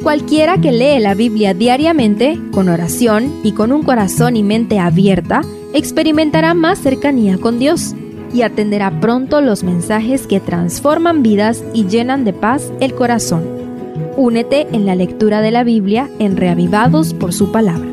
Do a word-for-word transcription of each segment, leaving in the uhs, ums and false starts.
Cualquiera que lee la Biblia diariamente, con oración y con un corazón y mente abierta, experimentará más cercanía con Dios y atenderá pronto los mensajes que transforman vidas y llenan de paz el corazón. Únete en la lectura de la Biblia en Reavivados por su palabra.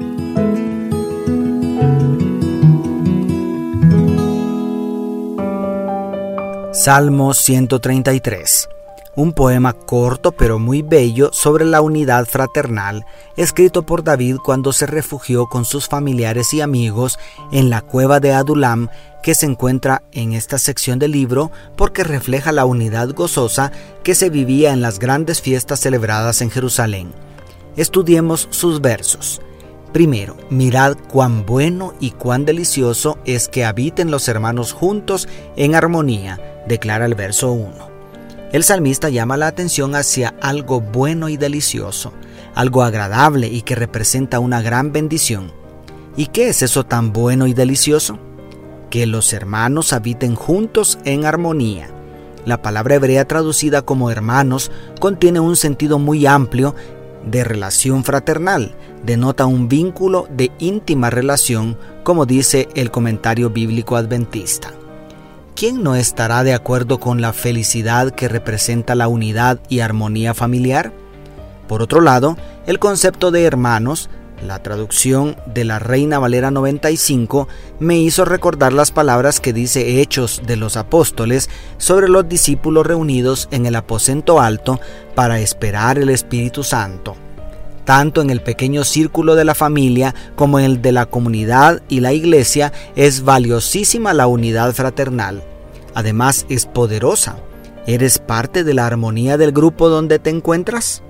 Salmo ciento treinta y tres. Un poema corto pero muy bello sobre la unidad fraternal, escrito por David cuando se refugió con sus familiares y amigos en la cueva de Adulam, que se encuentra en esta sección del libro porque refleja la unidad gozosa que se vivía en las grandes fiestas celebradas en Jerusalén. Estudiemos sus versos. Primero, mirad cuán bueno y cuán delicioso es que habiten los hermanos juntos en armonía, declara el verso uno. El salmista llama la atención hacia algo bueno y delicioso, algo agradable y que representa una gran bendición. ¿Y qué es eso tan bueno y delicioso? Que los hermanos habiten juntos en armonía. La palabra hebrea traducida como hermanos contiene un sentido muy amplio de relación fraternal, denota un vínculo de íntima relación, como dice el comentario bíblico adventista. ¿Quién no estará de acuerdo con la felicidad que representa la unidad y armonía familiar? Por otro lado, el concepto de hermanos, la traducción de la Reina Valera noventa y cinco, me hizo recordar las palabras que dice Hechos de los Apóstoles sobre los discípulos reunidos en el aposento alto para esperar el Espíritu Santo. Tanto en el pequeño círculo de la familia como en el de la comunidad y la iglesia es valiosísima la unidad fraternal. Además es poderosa. ¿Eres parte de la armonía del grupo donde te encuentras?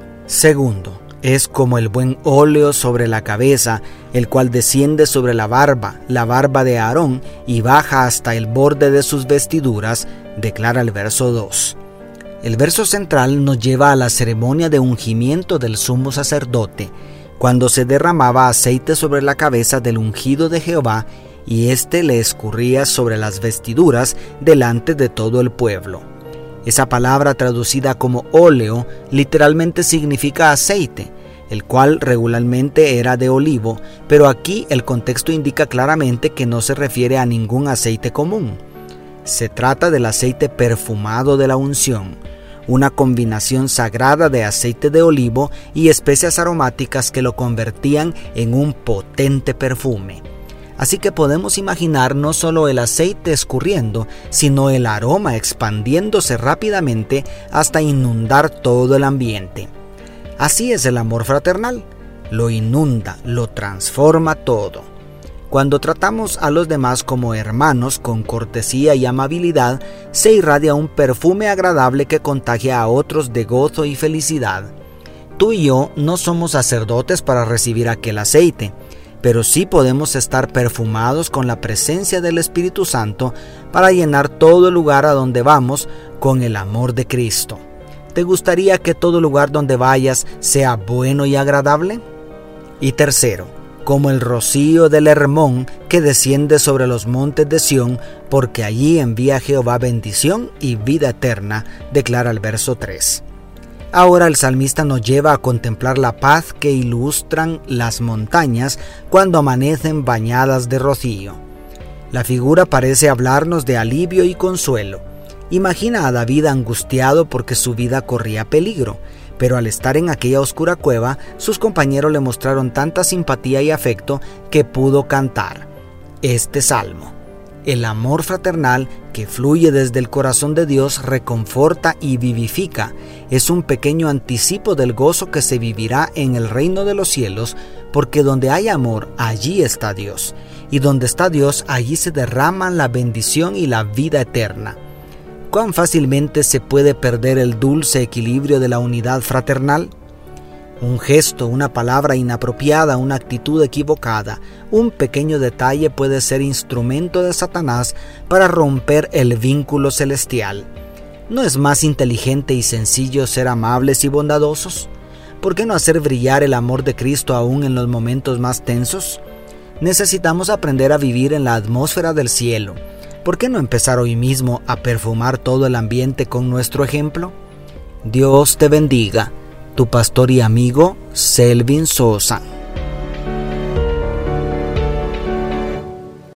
Segundo, es como el buen óleo sobre la cabeza, el cual desciende sobre la barba, la barba de Aarón, y baja hasta el borde de sus vestiduras, declara el verso dos. El verso central nos lleva a la ceremonia de ungimiento del sumo sacerdote, cuando se derramaba aceite sobre la cabeza del ungido de Jehová, y éste le escurría sobre las vestiduras delante de todo el pueblo. Esa palabra traducida como óleo literalmente significa aceite, el cual regularmente era de olivo, pero aquí el contexto indica claramente que no se refiere a ningún aceite común. Se trata del aceite perfumado de la unción, una combinación sagrada de aceite de olivo y especias aromáticas que lo convertían en un potente perfume. Así que podemos imaginar no solo el aceite escurriendo, sino el aroma expandiéndose rápidamente hasta inundar todo el ambiente. Así es el amor fraternal, lo inunda, lo transforma todo. Cuando tratamos a los demás como hermanos con cortesía y amabilidad, se irradia un perfume agradable que contagia a otros de gozo y felicidad. Tú y yo no somos sacerdotes para recibir aquel aceite, pero sí podemos estar perfumados con la presencia del Espíritu Santo para llenar todo lugar a donde vamos con el amor de Cristo. ¿Te gustaría que todo lugar donde vayas sea bueno y agradable? Y tercero, como el rocío del Hermón que desciende sobre los montes de Sión, porque allí envía Jehová bendición y vida eterna, declara el verso tres. Ahora el salmista nos lleva a contemplar la paz que ilustran las montañas cuando amanecen bañadas de rocío. La figura parece hablarnos de alivio y consuelo. Imagina a David angustiado porque su vida corría peligro, pero al estar en aquella oscura cueva, sus compañeros le mostraron tanta simpatía y afecto que pudo cantar este salmo. El amor fraternal que fluye desde el corazón de Dios reconforta y vivifica. Es un pequeño anticipo del gozo que se vivirá en el reino de los cielos, porque donde hay amor, allí está Dios. Y donde está Dios, allí se derraman la bendición y la vida eterna. ¿Cuán fácilmente se puede perder el dulce equilibrio de la unidad fraternal? Un gesto, una palabra inapropiada, una actitud equivocada, un pequeño detalle puede ser instrumento de Satanás para romper el vínculo celestial. ¿No es más inteligente y sencillo ser amables y bondadosos? ¿Por qué no hacer brillar el amor de Cristo aún en los momentos más tensos? Necesitamos aprender a vivir en la atmósfera del cielo. ¿Por qué no empezar hoy mismo a perfumar todo el ambiente con nuestro ejemplo? Dios te bendiga. Tu pastor y amigo Selvin Sosa.